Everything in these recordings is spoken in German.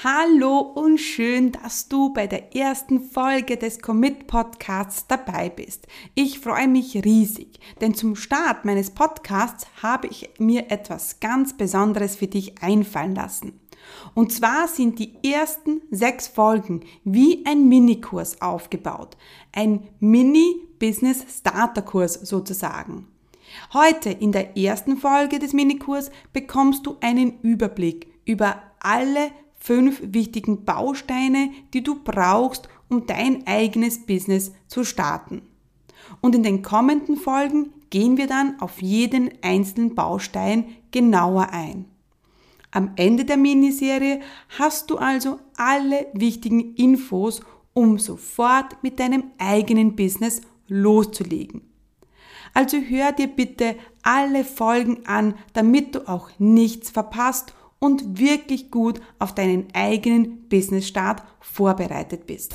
Hallo und schön, dass du bei der ersten Folge des Commit Podcasts dabei bist. Ich freue mich riesig, denn zum Start meines Podcasts habe ich mir etwas ganz Besonderes für dich einfallen lassen. Und zwar sind die ersten 6 Folgen wie ein Minikurs aufgebaut. Ein Mini-Business-Starter-Kurs sozusagen. Heute in der ersten Folge des Minikurs bekommst du einen Überblick über alle 5 wichtigen Bausteine, die du brauchst, um dein eigenes Business zu starten. Und in den kommenden Folgen gehen wir dann auf jeden einzelnen Baustein genauer ein. Am Ende der Miniserie hast du also alle wichtigen Infos, um sofort mit deinem eigenen Business loszulegen. Also hör dir bitte alle Folgen an, damit du auch nichts verpasst und wirklich gut auf deinen eigenen Business-Start vorbereitet bist.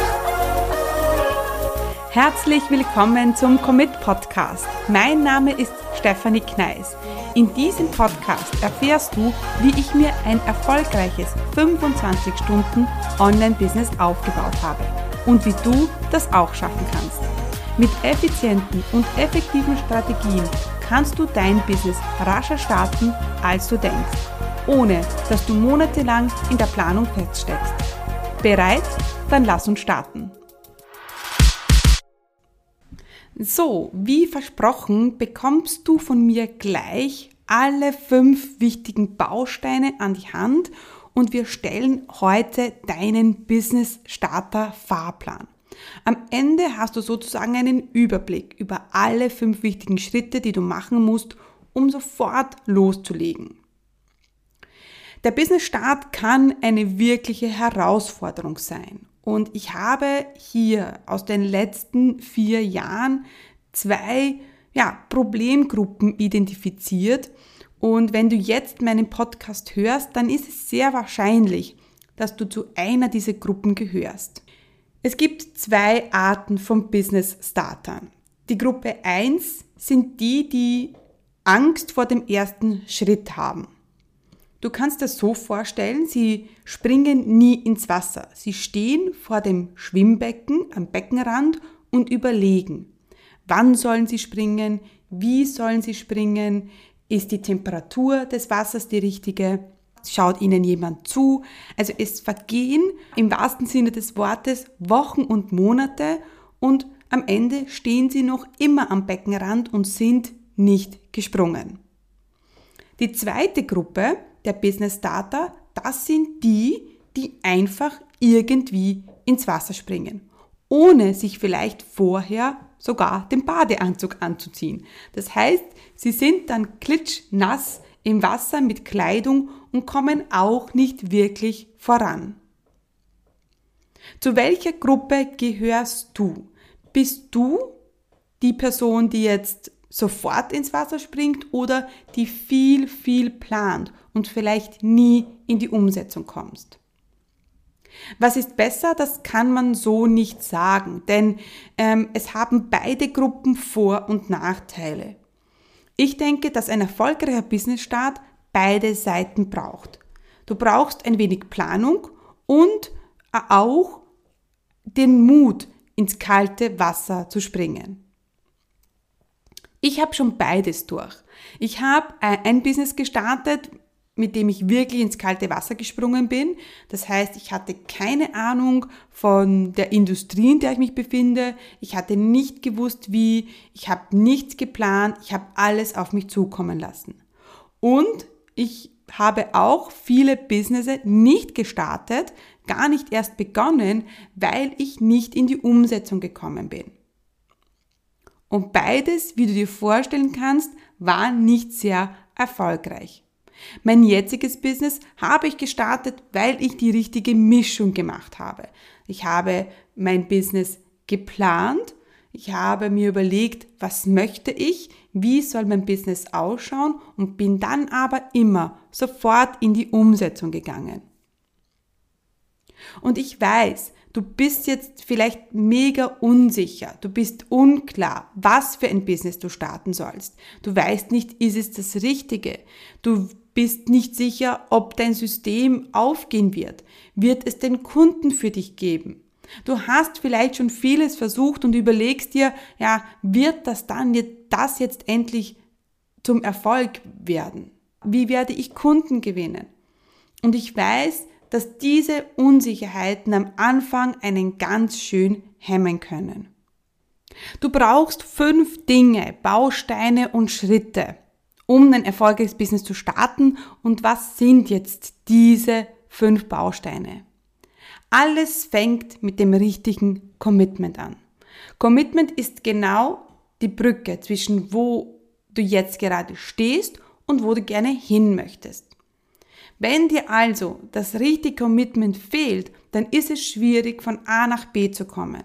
Herzlich willkommen zum Commit Podcast. Mein Name ist Stefanie Kneis. In diesem Podcast erfährst du, wie ich mir ein erfolgreiches 25 Stunden Online-Business aufgebaut habe und wie du das auch schaffen kannst. Mit effizienten und effektiven Strategien kannst du dein Business rascher starten, als du denkst, ohne dass du monatelang in der Planung feststeckst. Bereit? Dann lass uns starten. So, wie versprochen, bekommst du von mir gleich alle 5 wichtigen Bausteine an die Hand und wir stellen heute deinen Business Starter Fahrplan. Am Ende hast du sozusagen einen Überblick über alle 5 wichtigen Schritte, die du machen musst, um sofort loszulegen. Der Business-Start kann eine wirkliche Herausforderung sein. Und ich habe hier aus den letzten 4 Jahren 2 Problemgruppen identifiziert. Und wenn du jetzt meinen Podcast hörst, dann ist es sehr wahrscheinlich, dass du zu einer dieser Gruppen gehörst. Es gibt 2 Arten von Business-Startern. Die Gruppe 1 sind die, die Angst vor dem ersten Schritt haben. Du kannst das so vorstellen, sie springen nie ins Wasser. Sie stehen vor dem Schwimmbecken am Beckenrand und überlegen, wann sollen sie springen, wie sollen sie springen, ist die Temperatur des Wassers die richtige, schaut ihnen jemand zu. Also es vergehen im wahrsten Sinne des Wortes Wochen und Monate und am Ende stehen sie noch immer am Beckenrand und sind nicht gesprungen. Die zweite Gruppe der Business Starter, das sind die, die einfach irgendwie ins Wasser springen, ohne sich vielleicht vorher sogar den Badeanzug anzuziehen. Das heißt, sie sind dann klitschnass im Wasser mit Kleidung und kommen auch nicht wirklich voran. Zu welcher Gruppe gehörst du? Bist du die Person, die jetzt sofort ins Wasser springt oder die viel plant und vielleicht nie in die Umsetzung kommst? Was ist besser? Das kann man so nicht sagen, denn es haben beide Gruppen Vor- und Nachteile. Ich denke, dass ein erfolgreicher Business-Start beide Seiten braucht. Du brauchst ein wenig Planung und auch den Mut, ins kalte Wasser zu springen. Ich habe schon beides durch. Ich habe ein Business gestartet, mit dem ich wirklich ins kalte Wasser gesprungen bin. Das heißt, ich hatte keine Ahnung von der Industrie, in der ich mich befinde. Ich hatte nicht gewusst, wie. Ich habe nichts geplant. Ich habe alles auf mich zukommen lassen. Und ich habe auch viele Businesses nicht gestartet, gar nicht erst begonnen, weil ich nicht in die Umsetzung gekommen bin. Und beides, wie du dir vorstellen kannst, war nicht sehr erfolgreich. Mein jetziges Business habe ich gestartet, weil ich die richtige Mischung gemacht habe. Ich habe mein Business geplant, ich habe mir überlegt, was möchte ich, wie soll mein Business ausschauen und bin dann aber immer sofort in die Umsetzung gegangen. Und ich weiß, du bist jetzt vielleicht mega unsicher, du bist unklar, was für ein Business du starten sollst. Du weißt nicht, ist es das Richtige? Du bist nicht sicher, ob dein System aufgehen wird. Wird es den Kunden für dich geben? Du hast vielleicht schon vieles versucht und überlegst dir, ja, wird das jetzt endlich zum Erfolg werden? Wie werde ich Kunden gewinnen? Und ich weiß, dass diese Unsicherheiten am Anfang einen ganz schön hemmen können. Du brauchst 5 Dinge, Bausteine und Schritte, um ein erfolgreiches Business zu starten. Und was sind jetzt diese 5 Bausteine? Alles fängt mit dem richtigen Commitment an. Commitment ist genau die Brücke zwischen wo du jetzt gerade stehst und wo du gerne hin möchtest. Wenn dir also das richtige Commitment fehlt, dann ist es schwierig, von A nach B zu kommen.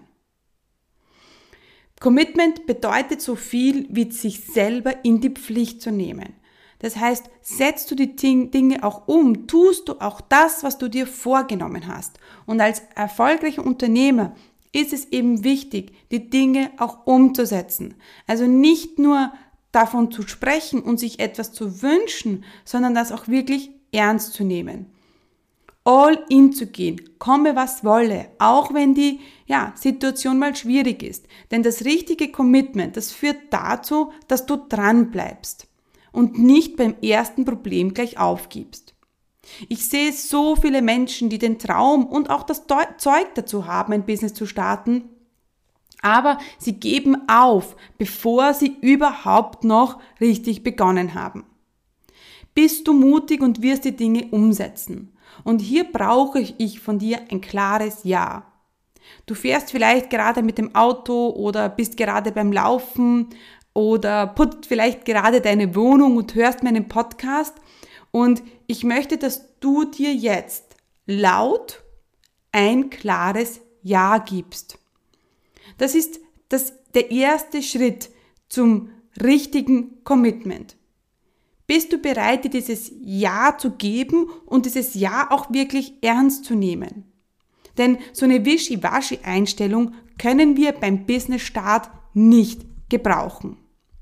Commitment bedeutet so viel, wie sich selber in die Pflicht zu nehmen. Das heißt, setzt du die Dinge auch um, tust du auch das, was du dir vorgenommen hast. Und als erfolgreicher Unternehmer ist es eben wichtig, die Dinge auch umzusetzen. Also nicht nur davon zu sprechen und sich etwas zu wünschen, sondern das auch wirklich ernst zu nehmen. All in zu gehen, komme was wolle, auch wenn die Situation mal schwierig ist. Denn das richtige Commitment, das führt dazu, dass du dran bleibst und nicht beim ersten Problem gleich aufgibst. Ich sehe so viele Menschen, die den Traum und auch das Zeug dazu haben, ein Business zu starten, aber sie geben auf, bevor sie überhaupt noch richtig begonnen haben. Bist du mutig und wirst die Dinge umsetzen? Und hier brauche ich von dir ein klares Ja. Du fährst vielleicht gerade mit dem Auto oder bist gerade beim Laufen oder putzt vielleicht gerade deine Wohnung und hörst meinen Podcast. Und ich möchte, dass du dir jetzt laut ein klares Ja gibst. Das ist der erste Schritt zum richtigen Commitment. Bist du bereit, dir dieses Ja zu geben und dieses Ja auch wirklich ernst zu nehmen? Denn so eine Wischi-Waschi-Einstellung können wir beim Business-Start nicht gebrauchen.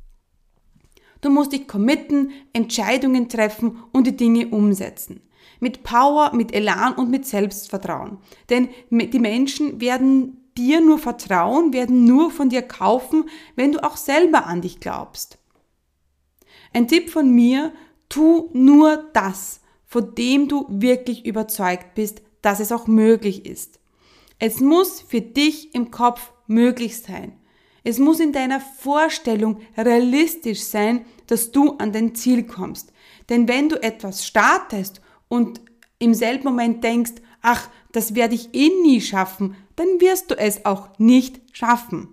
Du musst dich committen, Entscheidungen treffen und die Dinge umsetzen. Mit Power, mit Elan und mit Selbstvertrauen. Denn die Menschen werden dir nur vertrauen, werden nur von dir kaufen, wenn du auch selber an dich glaubst. Ein Tipp von mir, tu nur das, von dem du wirklich überzeugt bist, dass es auch möglich ist. Es muss für dich im Kopf möglich sein. Es muss in deiner Vorstellung realistisch sein, dass du an dein Ziel kommst. Denn wenn du etwas startest und im selben Moment denkst, ach, das werde ich eh nie schaffen, dann wirst du es auch nicht schaffen.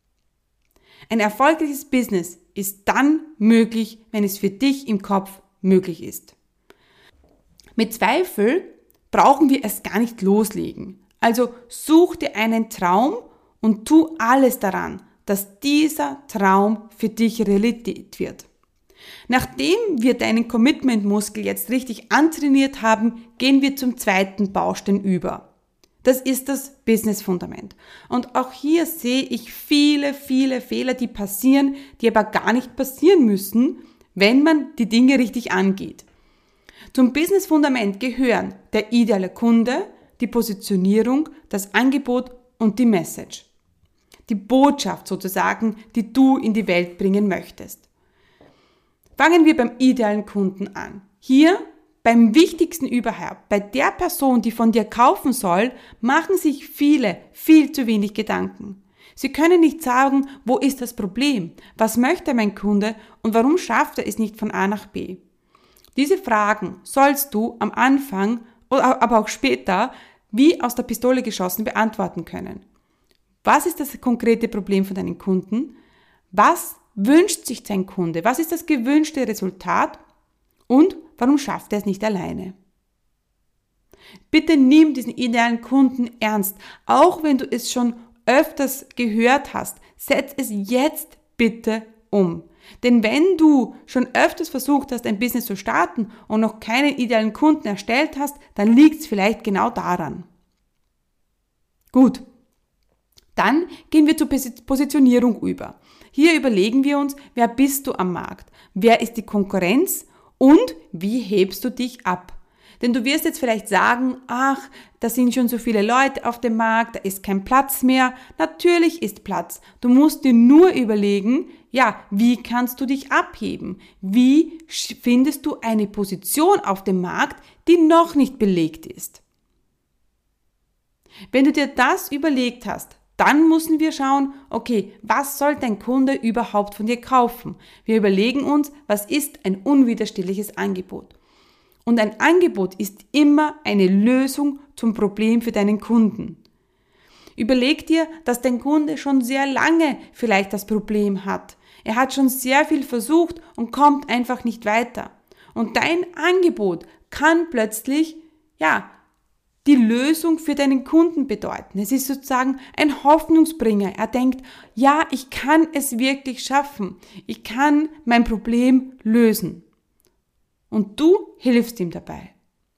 Ein erfolgreiches Business ist dann möglich, wenn es für dich im Kopf möglich ist. Mit Zweifel brauchen wir es gar nicht loslegen. Also such dir einen Traum und tu alles daran, dass dieser Traum für dich Realität wird. Nachdem wir deinen Commitment-Muskel jetzt richtig antrainiert haben, gehen wir zum zweiten Baustein über. Das ist das Business-Fundament. Und auch hier sehe ich viele Fehler, die passieren, die aber gar nicht passieren müssen, wenn man die Dinge richtig angeht. Zum Business-Fundament gehören der ideale Kunde, die Positionierung, das Angebot und die Message. Die Botschaft sozusagen, die du in die Welt bringen möchtest. Fangen wir beim idealen Kunden an. Hier beim wichtigsten überhaupt, bei der Person, die von dir kaufen soll, machen sich viele viel zu wenig Gedanken. Sie können nicht sagen, wo ist das Problem, was möchte mein Kunde und warum schafft er es nicht von A nach B. Diese Fragen sollst du am Anfang, aber auch später, wie aus der Pistole geschossen beantworten können. Was ist das konkrete Problem von deinem Kunden? Was wünscht sich dein Kunde? Was ist das gewünschte Resultat? Und warum schafft er es nicht alleine? Bitte nimm diesen idealen Kunden ernst. Auch wenn du es schon öfters gehört hast, setz es jetzt bitte um. Denn wenn du schon öfters versucht hast, ein Business zu starten und noch keinen idealen Kunden erstellt hast, dann liegt es vielleicht genau daran. Gut, dann gehen wir zur Positionierung über. Hier überlegen wir uns, wer bist du am Markt? Wer ist die Konkurrenz? Und wie hebst du dich ab? Denn du wirst jetzt vielleicht sagen, ach, da sind schon so viele Leute auf dem Markt, da ist kein Platz mehr. Natürlich ist Platz. Du musst dir nur überlegen, ja, wie kannst du dich abheben? Wie findest du eine Position auf dem Markt, die noch nicht belegt ist? Wenn du dir das überlegt hast, dann müssen wir schauen, okay, was soll dein Kunde überhaupt von dir kaufen? Wir überlegen uns, was ist ein unwiderstehliches Angebot? Und ein Angebot ist immer eine Lösung zum Problem für deinen Kunden. Überleg dir, dass dein Kunde schon sehr lange vielleicht das Problem hat. Er hat schon sehr viel versucht und kommt einfach nicht weiter. Und dein Angebot kann plötzlich, die Lösung für deinen Kunden bedeuten. Es ist sozusagen ein Hoffnungsbringer. Er denkt, ja, ich kann es wirklich schaffen. Ich kann mein Problem lösen. Und du hilfst ihm dabei.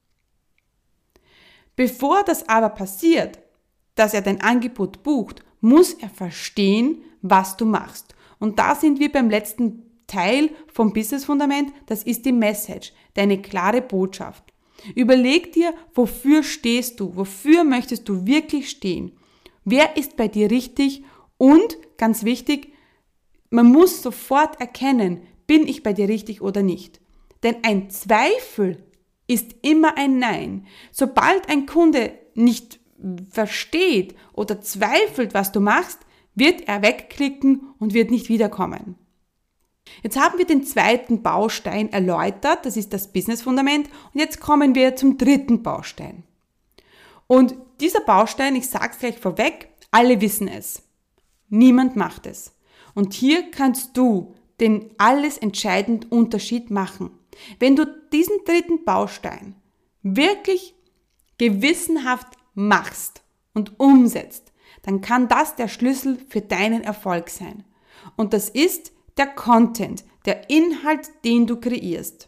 Bevor das aber passiert, dass er dein Angebot bucht, muss er verstehen, was du machst. Und da sind wir beim letzten Teil vom Business Fundament, das ist die Message, deine klare Botschaft. Überleg dir, wofür stehst du, wofür möchtest du wirklich stehen, wer ist bei dir richtig und, ganz wichtig, man muss sofort erkennen, bin ich bei dir richtig oder nicht. Denn ein Zweifel ist immer ein Nein. Sobald ein Kunde nicht versteht oder zweifelt, was du machst, wird er wegklicken und wird nicht wiederkommen. Jetzt haben wir den zweiten Baustein erläutert, das ist das Business-Fundament, und jetzt kommen wir zum dritten Baustein. Und dieser Baustein, ich sage es gleich vorweg, alle wissen es. Niemand macht es. Und hier kannst du den alles entscheidenden Unterschied machen. Wenn du diesen dritten Baustein wirklich gewissenhaft machst und umsetzt, dann kann das der Schlüssel für deinen Erfolg sein. Und das ist der Content, der Inhalt, den du kreierst.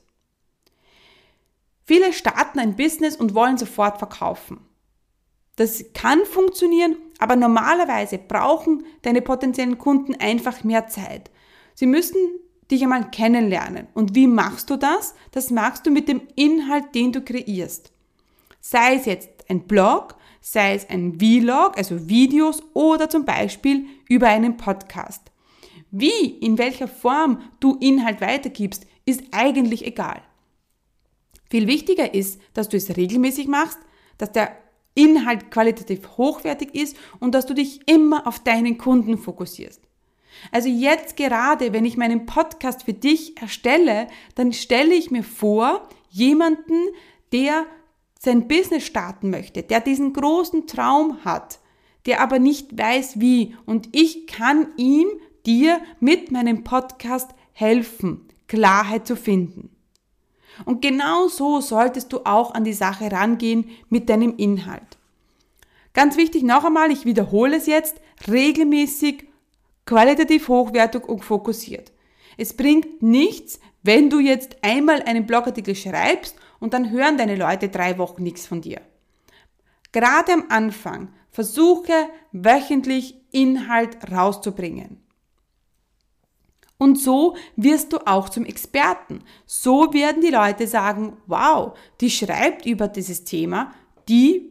Viele starten ein Business und wollen sofort verkaufen. Das kann funktionieren, aber normalerweise brauchen deine potenziellen Kunden einfach mehr Zeit. Sie müssen dich einmal kennenlernen. Und wie machst du das? Das machst du mit dem Inhalt, den du kreierst. Sei es jetzt ein Blog, sei es ein Vlog, also Videos oder zum Beispiel über einen Podcast. Wie, in welcher Form du Inhalt weitergibst, ist eigentlich egal. Viel wichtiger ist, dass du es regelmäßig machst, dass der Inhalt qualitativ hochwertig ist und dass du dich immer auf deinen Kunden fokussierst. Also jetzt gerade, wenn ich meinen Podcast für dich erstelle, dann stelle ich mir vor, jemanden, der sein Business starten möchte, der diesen großen Traum hat, der aber nicht weiß wie. Und ich kann dir mit meinem Podcast helfen, Klarheit zu finden. Und genau so solltest du auch an die Sache rangehen mit deinem Inhalt. Ganz wichtig noch einmal, ich wiederhole es jetzt, regelmäßig, qualitativ hochwertig und fokussiert. Es bringt nichts, wenn du jetzt einmal einen Blogartikel schreibst und dann hören deine Leute 3 Wochen nichts von dir. Gerade am Anfang versuche wöchentlich Inhalt rauszubringen. Und so wirst du auch zum Experten. So werden die Leute sagen, wow, die schreibt über dieses Thema, der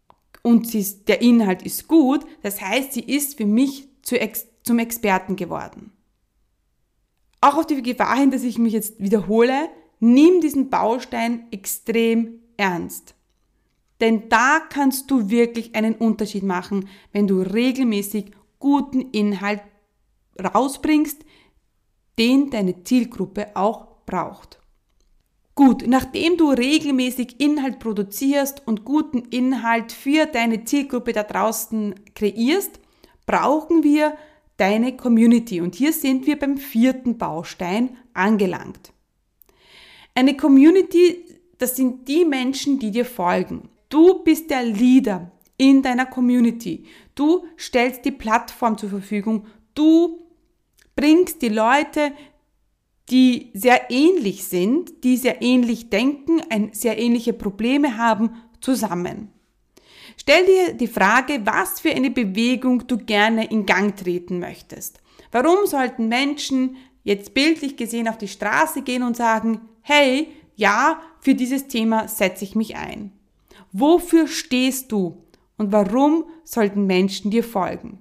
Inhalt ist gut, das heißt, sie ist für mich zum Experten geworden. Auch auf die Gefahr hin, dass ich mich jetzt wiederhole, nimm diesen Baustein extrem ernst. Denn da kannst du wirklich einen Unterschied machen, wenn du regelmäßig guten Inhalt rausbringst, den deine Zielgruppe auch braucht. Gut, nachdem du regelmäßig Inhalt produzierst und guten Inhalt für deine Zielgruppe da draußen kreierst, brauchen wir deine Community. Und hier sind wir beim 4. Baustein angelangt. Eine Community, das sind die Menschen, die dir folgen. Du bist der Leader in deiner Community. Du stellst die Plattform zur Verfügung. Du bringst die Leute, die sehr ähnlich sind, die sehr ähnlich denken, sehr ähnliche Probleme haben, zusammen. Stell dir die Frage, was für eine Bewegung du gerne in Gang treten möchtest. Warum sollten Menschen jetzt bildlich gesehen auf die Straße gehen und sagen, hey, ja, für dieses Thema setze ich mich ein. Wofür stehst du und warum sollten Menschen dir folgen?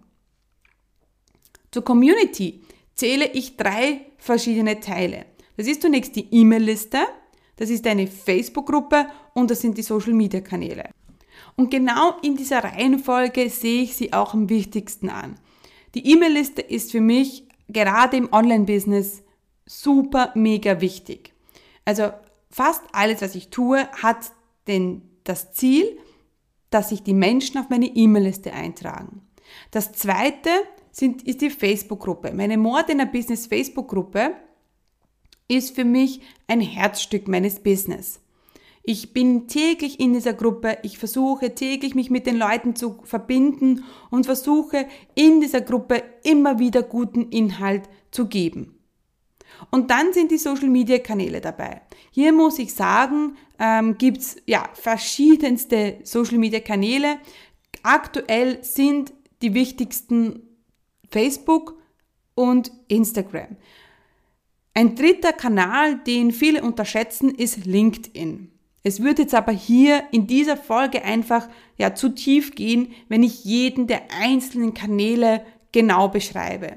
Zur Community zähle ich 3 verschiedene Teile. Das ist zunächst die E-Mail-Liste, das ist eine Facebook-Gruppe und das sind die Social-Media-Kanäle. Und genau in dieser Reihenfolge sehe ich sie auch am wichtigsten an. Die E-Mail-Liste ist für mich gerade im Online-Business super, mega wichtig. Also fast alles, was ich tue, hat das Ziel, dass sich die Menschen auf meine E-Mail-Liste eintragen. Das zweite ist die Facebook-Gruppe. Meine More Than a Business Facebook-Gruppe ist für mich ein Herzstück meines Business. Ich bin täglich in dieser Gruppe, ich versuche täglich mich mit den Leuten zu verbinden und versuche in dieser Gruppe immer wieder guten Inhalt zu geben. Und dann sind die Social-Media-Kanäle dabei. Hier muss ich sagen, gibt's verschiedenste Social-Media-Kanäle. Aktuell sind die wichtigsten Facebook und Instagram. Ein dritter Kanal, den viele unterschätzen, ist LinkedIn. Es wird jetzt aber hier in dieser Folge einfach zu tief gehen, wenn ich jeden der einzelnen Kanäle genau beschreibe.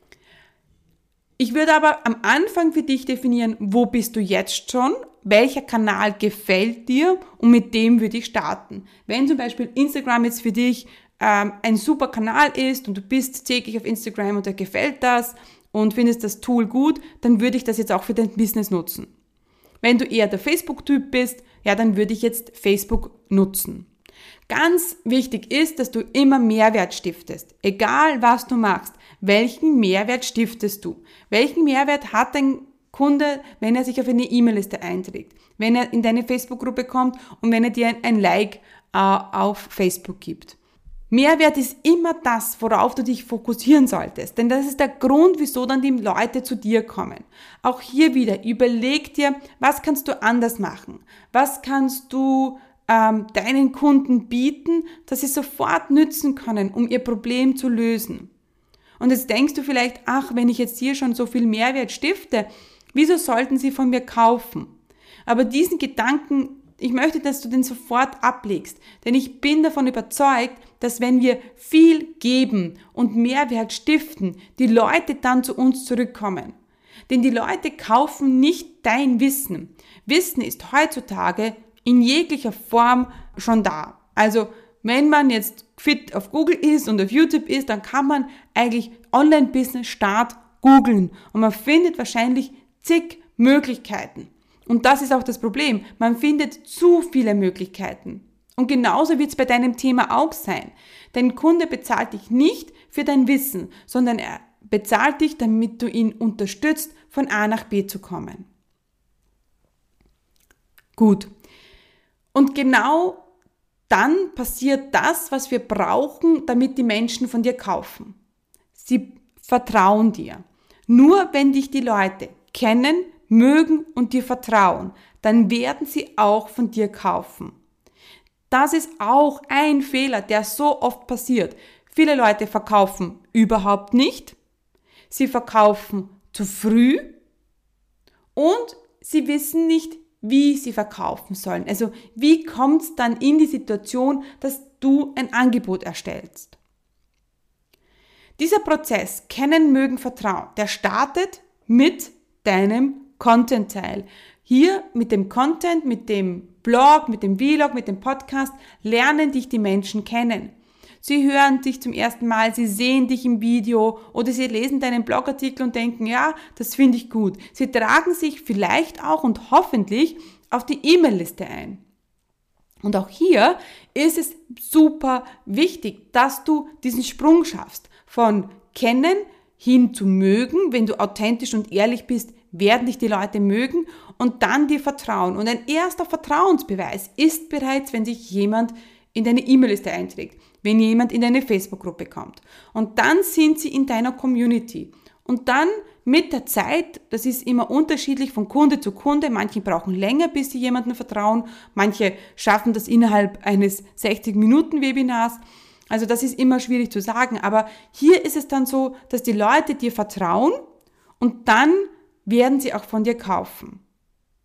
Ich würde aber am Anfang für dich definieren, wo bist du jetzt schon, welcher Kanal gefällt dir und mit dem würde ich starten. Wenn zum Beispiel Instagram jetzt für dich ein super Kanal ist und du bist täglich auf Instagram und dir gefällt das und findest das Tool gut, dann würde ich das jetzt auch für dein Business nutzen. Wenn du eher der Facebook-Typ bist, dann würde ich jetzt Facebook nutzen. Ganz wichtig ist, dass du immer Mehrwert stiftest. Egal, was du machst, welchen Mehrwert stiftest du? Welchen Mehrwert hat dein Kunde, wenn er sich auf eine E-Mail-Liste einträgt? Wenn er in deine Facebook-Gruppe kommt und wenn er dir ein Like auf Facebook gibt? Mehrwert ist immer das, worauf du dich fokussieren solltest, denn das ist der Grund, wieso dann die Leute zu dir kommen. Auch hier wieder, überleg dir, was kannst du anders machen? Was kannst du deinen Kunden bieten, dass sie sofort nützen können, um ihr Problem zu lösen? Und jetzt denkst du vielleicht, wenn ich jetzt hier schon so viel Mehrwert stifte, wieso sollten sie von mir kaufen? Aber diesen Gedanken, ich möchte, dass du den sofort ablegst, denn ich bin davon überzeugt, dass wenn wir viel geben und Mehrwert stiften, die Leute dann zu uns zurückkommen. Denn die Leute kaufen nicht dein Wissen. Wissen ist heutzutage in jeglicher Form schon da. Also wenn man jetzt fit auf Google ist und auf YouTube ist, dann kann man eigentlich Online-Business-Start googeln und man findet wahrscheinlich zig Möglichkeiten. Und das ist auch das Problem. Man findet zu viele Möglichkeiten. Und genauso wird es bei deinem Thema auch sein. Dein Kunde bezahlt dich nicht für dein Wissen, sondern er bezahlt dich, damit du ihn unterstützt, von A nach B zu kommen. Gut. Und genau dann passiert das, was wir brauchen, damit die Menschen von dir kaufen. Sie vertrauen dir. Nur wenn dich die Leute kennen, mögen und dir vertrauen, dann werden sie auch von dir kaufen. Das ist auch ein Fehler, der so oft passiert. Viele Leute verkaufen überhaupt nicht, sie verkaufen zu früh und sie wissen nicht, wie sie verkaufen sollen. Also wie kommt es dann in die Situation, dass du ein Angebot erstellst? Dieser Prozess, kennen, mögen, vertrauen, der startet mit deinem Content-Teil. Hier mit dem Content, mit dem Blog, mit dem Vlog, mit dem Podcast lernen dich die Menschen kennen. Sie hören dich zum ersten Mal, sie sehen dich im Video oder sie lesen deinen Blogartikel und denken, ja, das finde ich gut. Sie tragen sich vielleicht auch und hoffentlich auf die E-Mail-Liste ein. Und auch hier ist es super wichtig, dass du diesen Sprung schaffst. Von kennen hin zu mögen, wenn du authentisch und ehrlich bist, werden dich die Leute mögen und dann dir vertrauen. Und ein erster Vertrauensbeweis ist bereits, wenn sich jemand in deine E-Mail-Liste einträgt, wenn jemand in deine Facebook-Gruppe kommt. Und dann sind sie in deiner Community. Und dann mit der Zeit, das ist immer unterschiedlich von Kunde zu Kunde, manche brauchen länger, bis sie jemandem vertrauen, manche schaffen das innerhalb eines 60-Minuten-Webinars. Also das ist immer schwierig zu sagen, aber hier ist es dann so, dass die Leute dir vertrauen und dann werden sie auch von dir kaufen.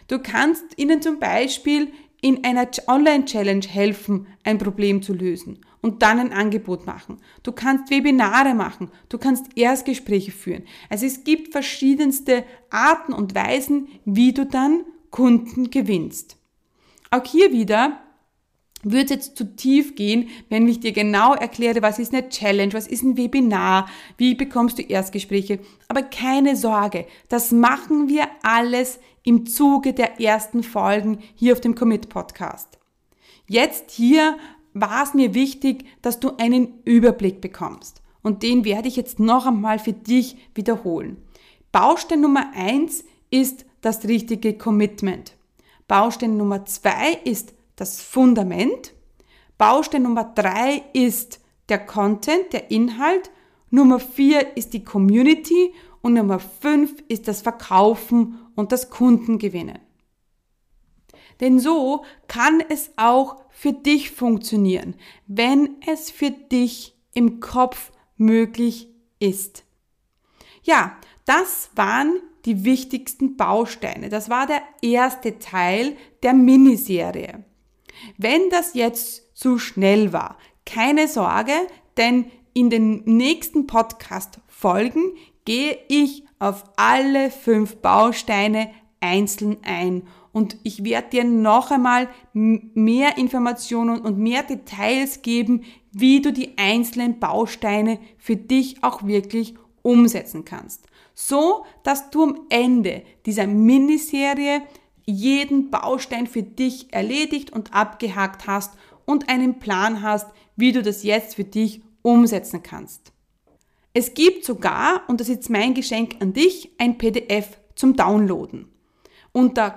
Du kannst ihnen zum Beispiel in einer Online-Challenge helfen, ein Problem zu lösen und dann ein Angebot machen. Du kannst Webinare machen, du kannst Erstgespräche führen. Also es gibt verschiedenste Arten und Weisen, wie du dann Kunden gewinnst. Auch hier wieder würde es jetzt zu tief gehen, wenn ich dir genau erkläre, was ist eine Challenge, was ist ein Webinar, wie bekommst du Erstgespräche. Aber keine Sorge, das machen wir alles im Zuge der ersten Folgen hier auf dem Commit Podcast. Jetzt hier war es mir wichtig, dass du einen Überblick bekommst. Und den werde ich jetzt noch einmal für dich wiederholen. Baustein Nummer 1 ist das richtige Commitment. Baustein Nummer 2 ist das Fundament. Baustein Nummer 3 ist der Content, der Inhalt. Nummer 4 ist die Community und Nummer 5 ist das Verkaufen und das Kundengewinnen. Denn so kann es auch für dich funktionieren, wenn es für dich im Kopf möglich ist. Ja, das waren die wichtigsten Bausteine. Das war der erste Teil der Miniserie. Wenn das jetzt zu schnell war, keine Sorge, denn in den nächsten Podcast-Folgen gehe ich auf alle 5 Bausteine einzeln ein und ich werde dir noch einmal mehr Informationen und mehr Details geben, wie du die einzelnen Bausteine für dich auch wirklich umsetzen kannst. So, dass du am Ende dieser Miniserie jeden Baustein für dich erledigt und abgehakt hast und einen Plan hast, wie du das jetzt für dich umsetzen kannst. Es gibt sogar, und das ist jetzt mein Geschenk an dich, ein PDF zum Downloaden. Unter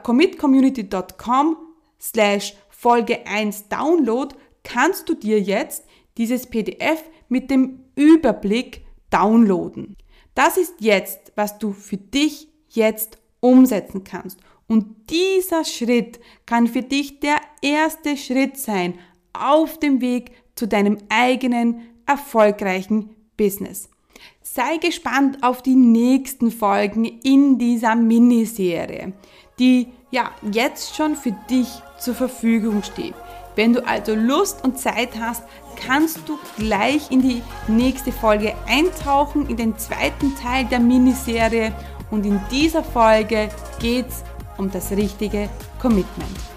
commitcommunity.com/Folge 1 Download kannst du dir jetzt dieses PDF mit dem Überblick downloaden. Das ist jetzt, was du für dich jetzt umsetzen kannst. Und dieser Schritt kann für dich der erste Schritt sein auf dem Weg zu deinem eigenen erfolgreichen Business. Sei gespannt auf die nächsten Folgen in dieser Miniserie, die ja jetzt schon für dich zur Verfügung steht. Wenn du also Lust und Zeit hast, kannst du gleich in die nächste Folge eintauchen, in den zweiten Teil der Miniserie. Und in dieser Folge geht's um das richtige Commitment.